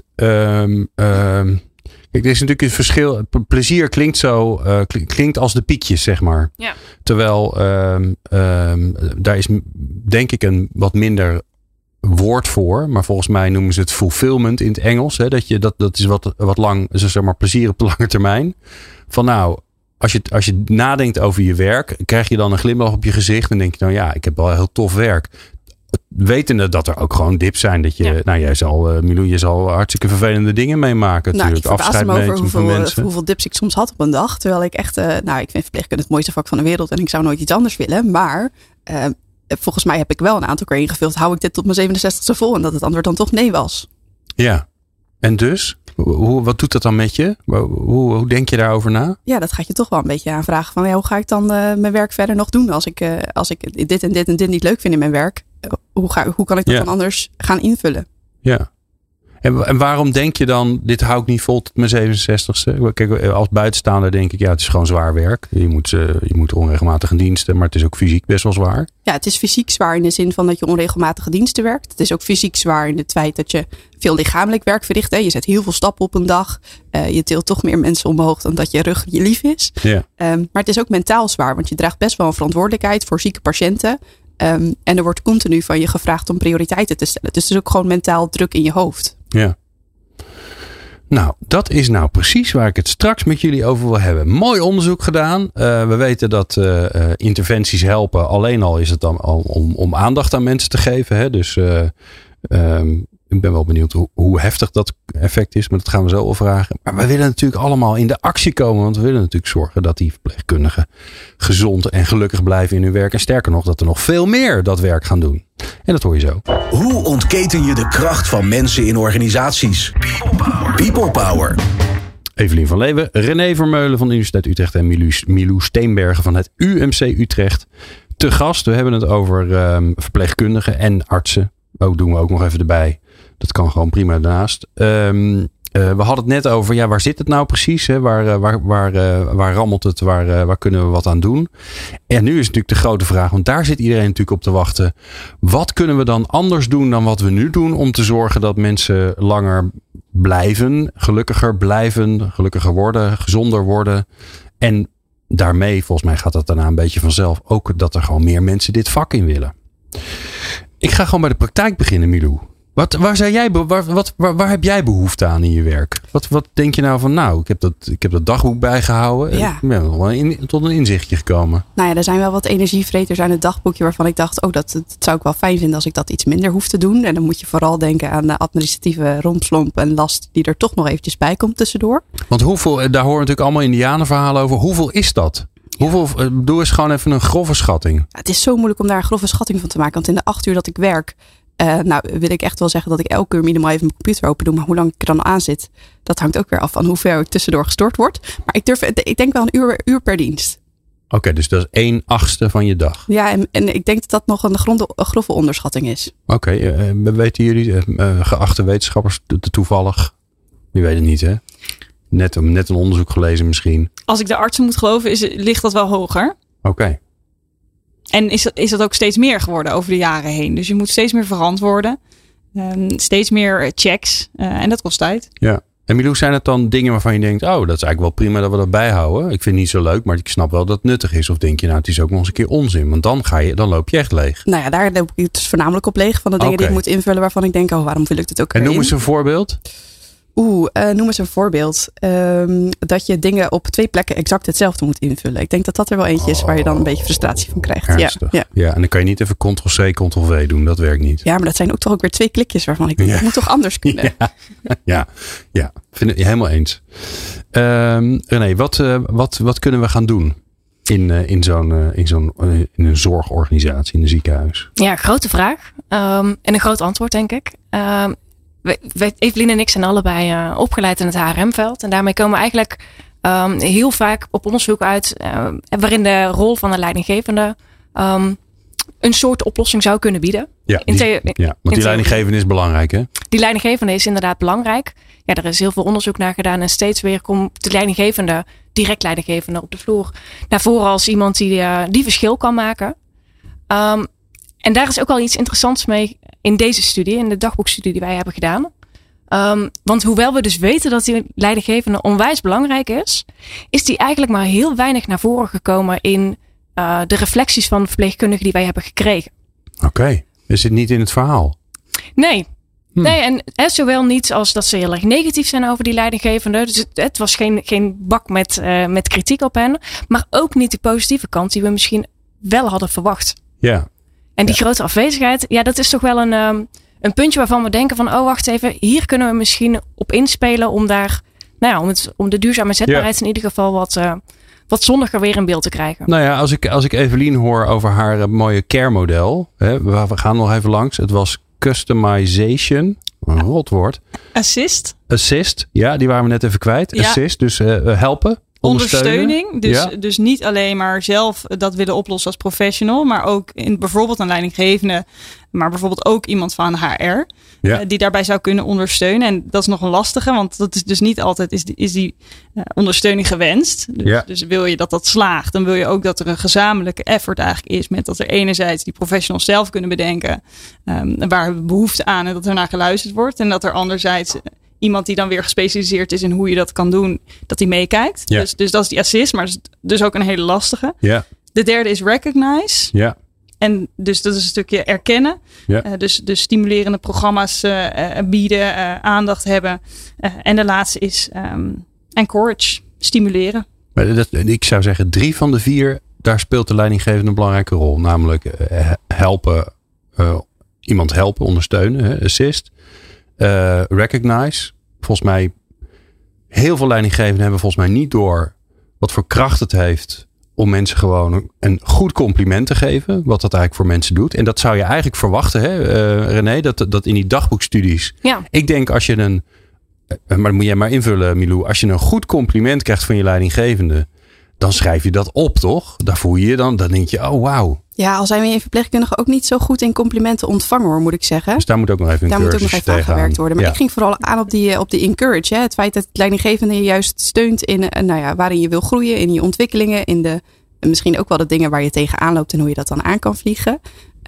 kijk, er is natuurlijk een verschil. Plezier klinkt als de piekjes, zeg maar. Ja. Terwijl daar is denk ik een wat minder woord voor. Maar volgens mij noemen ze het fulfillment in het Engels. Hè, dat is wat lang, zeg maar, plezier op de lange termijn. Van nou, als je nadenkt over je werk, krijg je dan een glimlach op je gezicht. En denk je, ik heb wel heel tof werk. Wetende dat er ook gewoon dips zijn. Dat je, Milou, je zal hartstikke vervelende dingen meemaken. Nou, ik verbaasde me over hoeveel dips ik soms had op een dag. Terwijl ik echt, ik vind verpleegkunde het mooiste vak van de wereld. En ik zou nooit iets anders willen. Maar volgens mij heb ik wel een aantal keer ingevuld. Hou ik dit tot mijn 67e vol? En dat het antwoord dan toch nee was. Ja, en dus? Wat doet dat dan met je? Hoe denk je daarover na? Ja, dat gaat je toch wel een beetje aanvragen. Van hoe ga ik dan mijn werk verder nog doen? Als ik dit en dit en dit niet leuk vind in mijn werk. Hoe kan ik dat dan anders gaan invullen? Ja. En waarom denk je dan, dit hou ik niet vol tot mijn 67ste? Kijk, als buitenstaander denk ik, het is gewoon zwaar werk. Je moet onregelmatige diensten, maar het is ook fysiek best wel zwaar. Ja, het is fysiek zwaar in de zin van dat je onregelmatige diensten werkt. Het is ook fysiek zwaar in het feit dat je veel lichamelijk werk verricht. Hè? Je zet heel veel stappen op een dag. Je tilt toch meer mensen omhoog dan dat je rug je lief is. Ja. Maar het is ook mentaal zwaar, want je draagt best wel een verantwoordelijkheid voor zieke patiënten. En er wordt continu van je gevraagd om prioriteiten te stellen. Dus het is ook gewoon mentaal druk in je hoofd. Ja. Nou, dat is nou precies waar ik het straks met jullie over wil hebben. Mooi onderzoek gedaan. We weten dat interventies helpen. Alleen al is het dan om aandacht aan mensen te geven. Hè? Dus ik ben wel benieuwd hoe heftig dat effect is. Maar dat gaan we zo wel vragen. Maar we willen natuurlijk allemaal in de actie komen. Want we willen natuurlijk zorgen dat die verpleegkundigen gezond en gelukkig blijven in hun werk. En sterker nog, dat er nog veel meer dat werk gaan doen. En dat hoor je zo. Hoe ontketen je de kracht van mensen in organisaties? People Power. Evelien van Leeuwen, René Vermeulen van de Universiteit Utrecht en Milou Steenbergen van het UMC Utrecht. Te gast, we hebben het over verpleegkundigen en artsen. Ook doen we ook nog even erbij. Dat kan gewoon prima daarnaast. We hadden het net over, waar zit het nou precies? Hè? Waar rammelt het? Waar kunnen we wat aan doen? En nu is natuurlijk de grote vraag, want daar zit iedereen natuurlijk op te wachten. Wat kunnen we dan anders doen dan wat we nu doen om te zorgen dat mensen langer blijven, gelukkiger worden, gezonder worden. En daarmee, volgens mij gaat dat daarna een beetje vanzelf, ook dat er gewoon meer mensen dit vak in willen. Ik ga gewoon bij de praktijk beginnen, Milou. Waar heb jij behoefte aan in je werk? Wat denk je nou van, ik heb dat dagboek bijgehouden. Ja. Ik ben wel tot een inzichtje gekomen. Nou ja, er zijn wel wat energievreters aan het dagboekje waarvan ik dacht, dat zou ik wel fijn vinden als ik dat iets minder hoef te doen. En dan moet je vooral denken aan de administratieve rompslomp en last die er toch nog eventjes bij komt tussendoor. Want hoeveel, daar horen natuurlijk allemaal indianenverhalen over. Hoeveel is dat? Doe eens gewoon even een grove schatting. Ja, het is zo moeilijk om daar een grove schatting van te maken. Want in de 8 uur dat ik werk, wil ik echt wel zeggen dat ik elke uur minimaal even mijn computer open doe. Maar hoe lang ik er dan aan zit, dat hangt ook weer af van hoe ver ik tussendoor gestoord word. Maar ik denk wel een uur per dienst. Oké, dus dat is 1/8 van je dag. Ja, en ik denk dat dat nog een grove onderschatting is. Oké, weten jullie, geachte wetenschappers, toevallig? Je weet het niet, hè? Net een onderzoek gelezen misschien. Als ik de artsen moet geloven, ligt dat wel hoger. Oké. En is dat ook steeds meer geworden over de jaren heen. Dus je moet steeds meer verantwoorden. Steeds meer checks. En dat kost tijd. Ja. En Milou, zijn het dan dingen waarvan je denkt, dat is eigenlijk wel prima dat we dat bijhouden. Ik vind het niet zo leuk, maar ik snap wel dat het nuttig is. Of denk je, het is ook nog eens een keer onzin. Want dan loop je echt leeg. Nou ja, daar loop ik dus voornamelijk op leeg van de dingen die ik moet invullen waarvan ik denk, waarom vul ik dit ook en noem eens een voorbeeld. Noem eens een voorbeeld. Dat je dingen op 2 plekken exact hetzelfde moet invullen. Ik denk dat dat er wel eentje is waar je dan een beetje frustratie van krijgt. Ja, en dan kan je niet even Ctrl-C, Ctrl-V doen. Dat werkt niet. Ja, maar dat zijn ook toch ook weer 2 klikjes waarvan ik denk, dat moet toch anders kunnen. Ja. Vind ik helemaal eens. René, wat kunnen we gaan doen in een zorgorganisatie, in een ziekenhuis? Ja, grote vraag. En een groot antwoord, denk ik. Evelien en ik zijn allebei opgeleid in het HRM-veld. En daarmee komen we eigenlijk heel vaak op onderzoek uit waarin de rol van de leidinggevende een soort oplossing zou kunnen bieden. Want die leidinggevende is belangrijk, hè? Die leidinggevende is inderdaad belangrijk. Ja, er is heel veel onderzoek naar gedaan en steeds weer komt de leidinggevende, direct leidinggevende op de vloer, naar voren als iemand die verschil kan maken. En daar is ook wel iets interessants mee in deze studie, in de dagboekstudie die wij hebben gedaan. Want hoewel we dus weten dat die leidinggevende onwijs belangrijk is die eigenlijk maar heel weinig naar voren gekomen in de reflecties van de verpleegkundigen die wij hebben gekregen. Oké. Is het niet in het verhaal? Nee. Nee, en zowel niet als dat ze heel erg negatief zijn over die leidinggevende. Dus het was geen bak met kritiek op hen. Maar ook niet die positieve kant die we misschien wel hadden verwacht. Ja. En die grote afwezigheid, dat is toch wel een puntje waarvan we denken van, wacht even, hier kunnen we misschien op inspelen om daar, om de duurzame zetbaarheid in ieder geval wat zonniger weer in beeld te krijgen. Nou ja, als ik Evelien hoor over haar mooie care model, we gaan nog even langs. Het was customization, een rotwoord. Assist, ja, die waren we net even kwijt. Ja. Assist, dus helpen. Ondersteuning. Dus niet alleen maar zelf dat willen oplossen als professional. Maar ook bijvoorbeeld een leidinggevende. Maar bijvoorbeeld ook iemand van HR. Die daarbij zou kunnen ondersteunen. En dat is nog een lastige. Want dat is dus niet altijd is die ondersteuning gewenst. Dus wil je dat slaagt. Dan wil je ook dat er een gezamenlijke effort eigenlijk is. Met dat er enerzijds die professionals zelf kunnen bedenken. Waar we behoefte aan. En dat er naar geluisterd wordt. En dat er anderzijds iemand die dan weer gespecialiseerd is in hoe je dat kan doen, dat die meekijkt. Ja. Dus dat is die assist, maar dus ook een hele lastige. Ja. De derde is recognize. Ja. En dus dat is een stukje erkennen. Ja. Dus stimulerende programma's bieden, aandacht hebben. En de laatste is encourage, stimuleren. Ik zou zeggen 3 van de 4, daar speelt de leidinggevende een belangrijke rol. Namelijk helpen, iemand helpen, ondersteunen, assist. Recognize. Volgens mij, heel veel leidinggevenden hebben volgens mij niet door wat voor kracht het heeft om mensen gewoon een goed compliment te geven. Wat dat eigenlijk voor mensen doet. En dat zou je eigenlijk verwachten, hè, René, dat in die dagboekstudies. Ja. Ik denk als je maar dat moet jij maar invullen, Milou. Als je een goed compliment krijgt van je leidinggevende, dan schrijf je dat op, toch? Daar voel je dan denk je, oh wauw. Ja, al zijn we in verpleegkundigen ook niet zo goed in complimenten ontvangen, hoor, moet ik zeggen. Dus daar moet ook nog even aan gewerkt worden. Maar ik ging vooral aan op die encourage. Hè? Het feit dat het leidinggevende je juist steunt in waarin je wil groeien, in je ontwikkelingen, in misschien ook wel de dingen waar je tegenaan loopt en hoe je dat dan aan kan vliegen.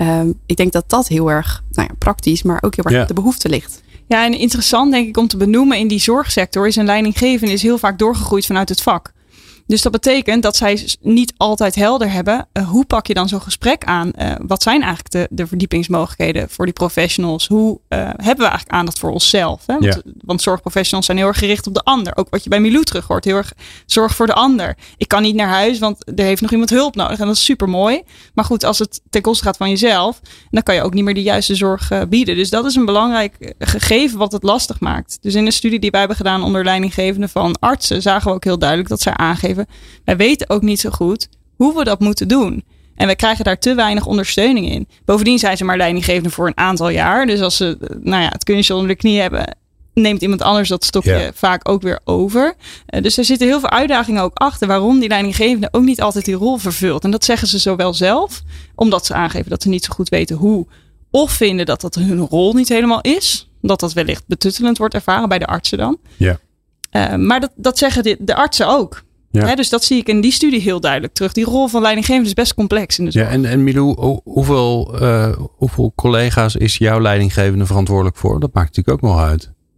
Ik denk dat dat heel erg praktisch, maar ook heel erg op de behoefte ligt. Ja, en interessant denk ik om te benoemen in die zorgsector is een leidinggevende is heel vaak doorgegroeid vanuit het vak. Dus dat betekent dat zij niet altijd helder hebben. Hoe pak je dan zo'n gesprek aan? Wat zijn eigenlijk de verdiepingsmogelijkheden voor die professionals? Hoe hebben we eigenlijk aandacht voor onszelf? Hè? Want zorgprofessionals zijn heel erg gericht op de ander. Ook wat je bij Milou terug hoort. Heel erg zorg voor de ander. Ik kan niet naar huis, want er heeft nog iemand hulp nodig. En dat is super mooi. Maar goed, als het ten koste gaat van jezelf, dan kan je ook niet meer de juiste zorg bieden. Dus dat is een belangrijk gegeven wat het lastig maakt. Dus in de studie die wij hebben gedaan onder leidinggevende van artsen, zagen we ook heel duidelijk dat zij aangeven, wij weten ook niet zo goed hoe we dat moeten doen. En wij krijgen daar te weinig ondersteuning in. Bovendien zijn ze maar leidinggevende voor een aantal jaar. Dus als ze het kunstje onder de knie hebben, neemt iemand anders dat stokje vaak ook weer over. Dus er zitten heel veel uitdagingen ook achter waarom die leidinggevende ook niet altijd die rol vervult. En dat zeggen ze zowel zelf, omdat ze aangeven dat ze niet zo goed weten hoe, of vinden dat dat hun rol niet helemaal is. Dat wellicht betuttelend wordt ervaren bij de artsen dan. Ja. Maar dat zeggen de artsen ook. Ja. Dus dat zie ik in die studie heel duidelijk terug. Die rol van leidinggevende is best complex in de zorg. Ja, en Milou, hoeveel collega's is jouw leidinggevende verantwoordelijk voor? Dat maakt natuurlijk ook nog uit.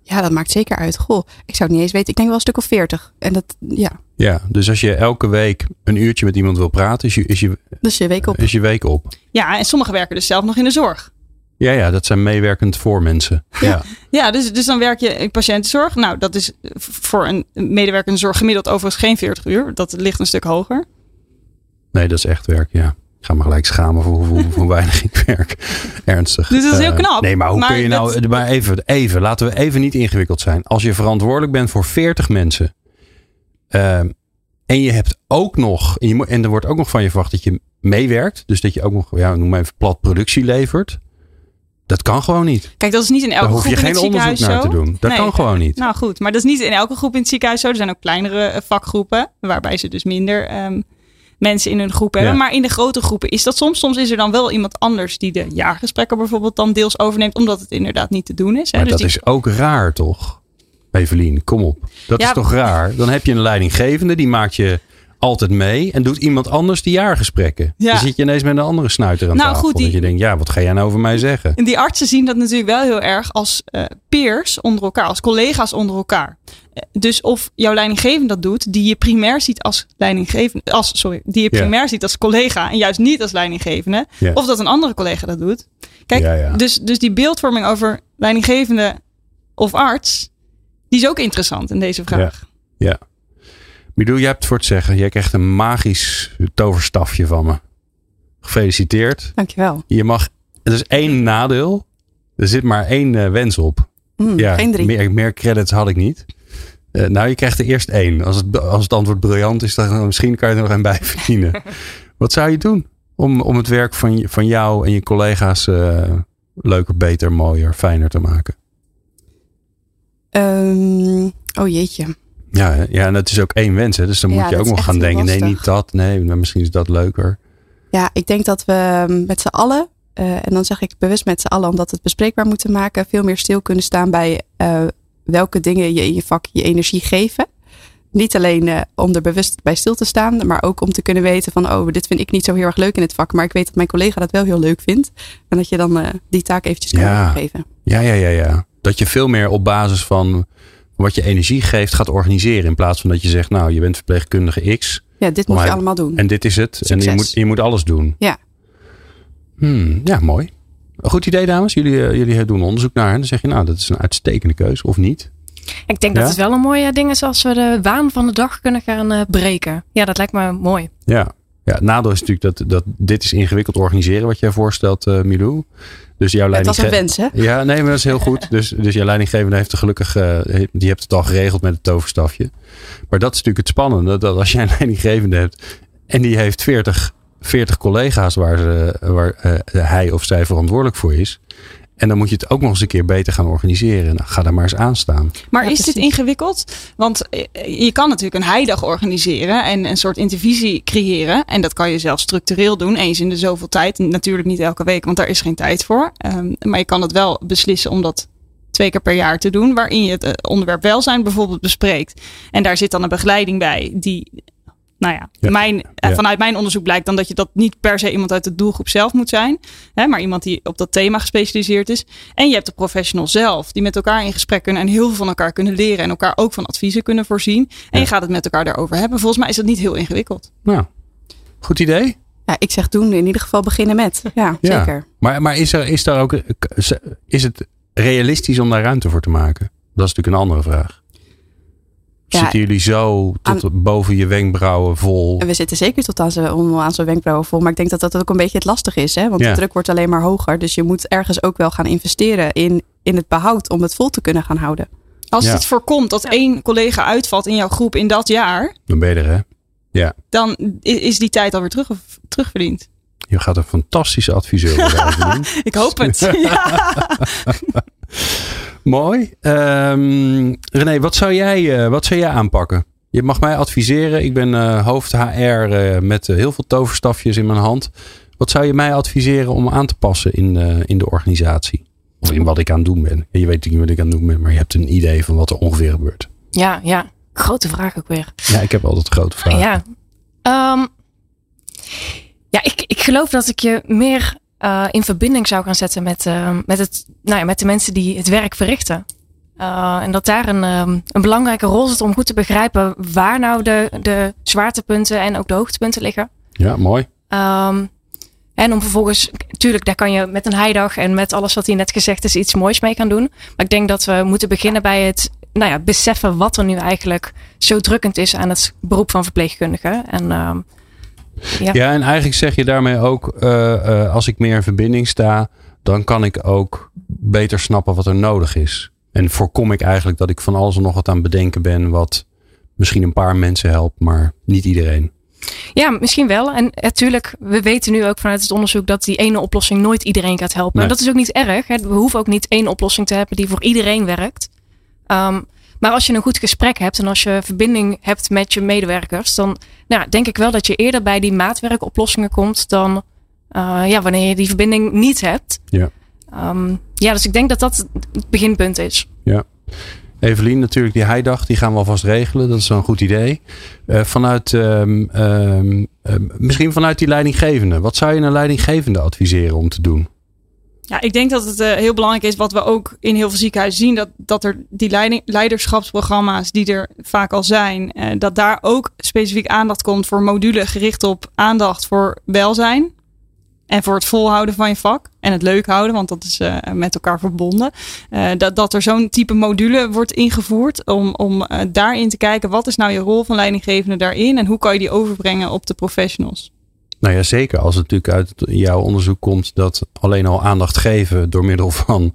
Ja, dat maakt zeker uit. Goh, ik zou het niet eens weten. Ik denk wel een stuk of 40. En dat, ja. Ja, dus als je elke week een uurtje met iemand wil praten, is je week op. Is je week op. Ja, en sommigen werken dus zelf nog in de zorg. Ja, dat zijn meewerkend voor mensen. Ja, dus dan werk je in patiëntenzorg. Nou, dat is voor een medewerker in de zorg gemiddeld overigens geen 40 uur. Dat ligt een stuk hoger. Nee, dat is echt werk, ja. Ik ga me gelijk schamen voor hoe weinig ik werk. Ernstig. Dus dat is heel knap. Nee, maar hoe kun je nou... Maar even, laten we even niet ingewikkeld zijn. Als je verantwoordelijk bent voor 40 mensen... en je hebt ook nog... En er wordt ook nog van je verwacht dat je meewerkt. Dus dat je ook nog, noem maar even plat, productie levert. Dat kan gewoon niet. Kijk, dat is niet in elke groep in het ziekenhuis zo. Daar hoef je geen onderzoek naar te doen. Dat kan gewoon niet. Nou goed, maar dat is niet in elke groep in het ziekenhuis zo. Er zijn ook kleinere vakgroepen... waarbij ze dus minder... mensen in hun groep hebben. Ja. Maar in de grote groepen is dat soms. Soms is er dan wel iemand anders die de jaargesprekken bijvoorbeeld dan deels overneemt. Omdat het inderdaad niet te doen is. Hè? Maar dus dat is ook raar toch? Evelien, kom op. Dat is toch raar? Dan heb je een leidinggevende die maakt je altijd mee. En doet iemand anders die jaargesprekken. Ja. Dan zit je ineens met een andere snuiter aan tafel. Goed, dat je denkt, wat ga jij nou over mij zeggen? En die artsen zien dat natuurlijk wel heel erg als peers onder elkaar. Als collega's onder elkaar. Dus of jouw leidinggevende dat doet, die je primair ziet als leidinggevende, die je primair ziet als collega en juist niet als leidinggevende, of dat een andere collega dat doet. Kijk, Dus die beeldvorming over leidinggevende of arts, die is ook interessant in deze vraag. Ja. Milou, jij hebt het voor het zeggen. Jij krijgt een magisch toverstafje van me. Gefeliciteerd. Dankjewel. Er is 1 nadeel. Er zit maar 1 wens op. Geen 3. Meer credits had ik niet. Je krijgt er eerst 1. Als het antwoord briljant is, dan misschien kan je er nog een bij verdienen. Wat zou je doen om het werk van jou en je collega's leuker, beter, mooier, fijner te maken? Oh jeetje. Ja, en het is ook 1 wens. Hè? Dus dan moet je ook nog gaan denken. Nee, niet dat. Nee, maar misschien is dat leuker. Ja, ik denk dat we met z'n allen, en dan zeg ik bewust met z'n allen, omdat we het bespreekbaar moeten maken, veel meer stil kunnen staan bij welke dingen je in je vak je energie geven. Niet alleen om er bewust bij stil te staan, maar ook om te kunnen weten van, dit vind ik niet zo heel erg leuk in het vak, maar ik weet dat mijn collega dat wel heel leuk vindt. En dat je dan die taak eventjes kan geven. Ja. Dat je veel meer op basis van wat je energie geeft gaat organiseren. In plaats van dat je zegt, je bent verpleegkundige X. Ja, dit moet je allemaal doen. En dit is het. Succes. En je moet alles doen. Ja. Ja, mooi. Goed idee, dames. Jullie doen onderzoek naar. En dan zeg je, dat is een uitstekende keuze. Of niet? Ik denk dat het wel een mooie ding is als we de waan van de dag kunnen gaan breken. Ja, dat lijkt me mooi. Ja, het nadeel is natuurlijk dat dit is ingewikkeld organiseren wat jij voorstelt, Milou. Dus jouw het was een wens, hè? Ja, nee, maar dat is heel goed. Dus jouw leidinggevende heeft die hebt het al geregeld met het toverstafje. Maar dat is natuurlijk het spannende. Dat als jij een leidinggevende hebt en die heeft 40 collega's waar hij of zij verantwoordelijk voor is. En dan moet je het ook nog eens een keer beter gaan organiseren. Nou, ga daar maar eens aan staan. Maar is dit ingewikkeld? Want je kan natuurlijk een heidag organiseren en een soort intervisie creëren. En dat kan je zelf structureel doen. Eens in de zoveel tijd. Natuurlijk niet elke week, want daar is geen tijd voor. Maar je kan het wel beslissen om dat 2 keer per jaar te doen. Waarin je het onderwerp welzijn bijvoorbeeld bespreekt. En daar zit dan een begeleiding bij die... Vanuit mijn onderzoek blijkt dan dat je dat niet per se iemand uit de doelgroep zelf moet zijn. Maar iemand die op dat thema gespecialiseerd is. En je hebt de professional zelf. Die met elkaar in gesprek kunnen en heel veel van elkaar kunnen leren. En elkaar ook van adviezen kunnen voorzien. En je gaat het met elkaar daarover hebben. Volgens mij is dat niet heel ingewikkeld. Nou, goed idee. Ja, ik zeg doen. In ieder geval beginnen met. Ja, zeker. Maar is het realistisch om daar ruimte voor te maken? Dat is natuurlijk een andere vraag. Zitten jullie zo tot boven je wenkbrauwen vol? We zitten zeker tot aan zo'n wenkbrauwen vol. Maar ik denk dat dat ook een beetje het lastig is. Hè? Want de druk wordt alleen maar hoger. Dus je moet ergens ook wel gaan investeren in het behoud om het vol te kunnen gaan houden. Als het voorkomt dat 1 collega uitvalt in jouw groep in dat jaar. Dan ben je er, hè? Ja. Dan is die tijd alweer terugverdiend. Je gaat een fantastische adviseur worden. Ik hoop het. Ja. Mooi. René, wat zou jij aanpakken? Je mag mij adviseren. Ik ben hoofd HR met heel veel toverstafjes in mijn hand. Wat zou je mij adviseren om aan te passen in de organisatie? Of in wat ik aan het doen ben? Je weet niet wat ik aan het doen ben, maar je hebt een idee van wat er ongeveer gebeurt. Ja. Grote vraag ook weer. Ja, ik heb altijd grote vragen. Ja. Ik geloof dat ik je meer in verbinding zou gaan zetten met de mensen die het werk verrichten. En dat daar een belangrijke rol zit om goed te begrijpen waar nou de zwaartepunten en ook de hoogtepunten liggen. Ja, mooi. En om vervolgens, natuurlijk, daar kan je met een heidag en met alles wat hier net gezegd is iets moois mee gaan doen. Maar ik denk dat we moeten beginnen bij het beseffen wat er nu eigenlijk zo drukkend is aan het beroep van verpleegkundige. Ja, en eigenlijk zeg je daarmee ook, als ik meer in verbinding sta, dan kan ik ook beter snappen wat er nodig is. En voorkom ik eigenlijk dat ik van alles en nog wat aan het bedenken ben wat misschien een paar mensen helpt, maar niet iedereen. Ja, misschien wel. En natuurlijk, we weten nu ook vanuit het onderzoek dat die ene oplossing nooit iedereen gaat helpen. Nee. En dat is ook niet erg. Hè. We hoeven ook niet één oplossing te hebben die voor iedereen werkt. Maar als je een goed gesprek hebt en als je verbinding hebt met je medewerkers, dan denk ik wel dat je eerder bij die maatwerkoplossingen komt dan wanneer je die verbinding niet hebt. Ja. Dus ik denk dat dat het beginpunt is. Ja. Evelien, natuurlijk die heidag, die gaan we alvast regelen. Dat is een goed idee. Misschien vanuit die leidinggevende. Wat zou je een leidinggevende adviseren om te doen? Ja, ik denk dat het heel belangrijk is wat we ook in heel veel ziekenhuizen zien. Dat er die leiderschapsprogramma's die er vaak al zijn. Dat daar ook specifiek aandacht komt voor modulen gericht op aandacht voor welzijn. En voor het volhouden van je vak. En het leuk houden, want dat is met elkaar verbonden. Dat er zo'n type module wordt ingevoerd. Om daarin te kijken, wat is nou je rol van leidinggevende daarin? En hoe kan je die overbrengen op de professionals? Nou ja, zeker. Als het natuurlijk uit jouw onderzoek komt dat alleen al aandacht geven door middel van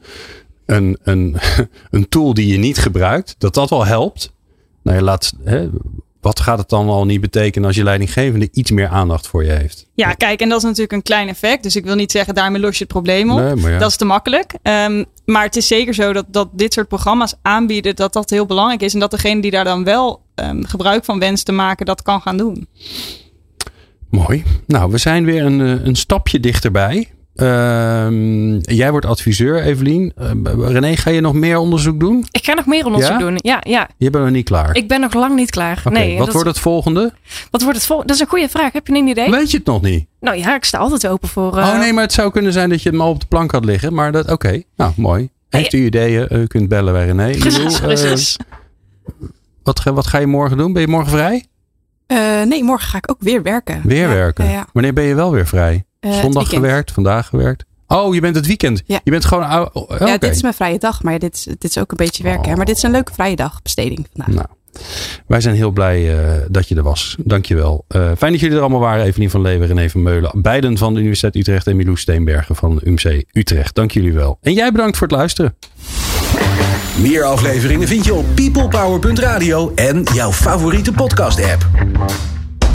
een tool die je niet gebruikt. Dat al helpt. Nou ja, wat gaat het dan al niet betekenen als je leidinggevende iets meer aandacht voor je heeft? Ja, kijk, en dat is natuurlijk een klein effect. Dus ik wil niet zeggen, daarmee los je het probleem op. Nee, maar ja. Dat is te makkelijk. Maar het is zeker zo dat dit soort programma's aanbieden, dat heel belangrijk is. En dat degene die daar dan wel gebruik van wenst te maken, dat kan gaan doen. Mooi. Nou, we zijn weer een stapje dichterbij. Jij wordt adviseur, Evelien. René, ga je nog meer onderzoek doen? Ik ga nog meer onderzoek doen, ja. Je bent nog niet klaar? Ik ben nog lang niet klaar. Okay, nee. Wat wordt het volgende? Dat is een goede vraag. Heb je een idee? Weet je het nog niet? Nou ja, ik sta altijd open voor... nee, maar het zou kunnen zijn dat je het maar op de plank had liggen. Maar dat, oké. Nou, mooi. Heeft u ideeën? U kunt bellen bij René. Precies. Wat ga je morgen doen? Ben je morgen vrij? Nee, morgen ga ik ook weer werken. Weer werken? Ja. Wanneer ben je wel weer vrij? Zondag gewerkt, vandaag gewerkt. Oh, je bent het weekend. Ja. Je bent gewoon... Ja, dit is mijn vrije dag, maar dit is ook een beetje werken. Maar dit is een leuke vrije dagbesteding vandaag. Nou, wij zijn heel blij dat je er was. Dank je wel. Fijn dat jullie er allemaal waren. Evelien van Leeuwen en René van Meulen. Beiden van de Universiteit Utrecht en Milou Steenbergen van UMC Utrecht. Dank jullie wel. En jij bedankt voor het luisteren. Meer afleveringen vind je op peoplepower.radio en jouw favoriete podcast app.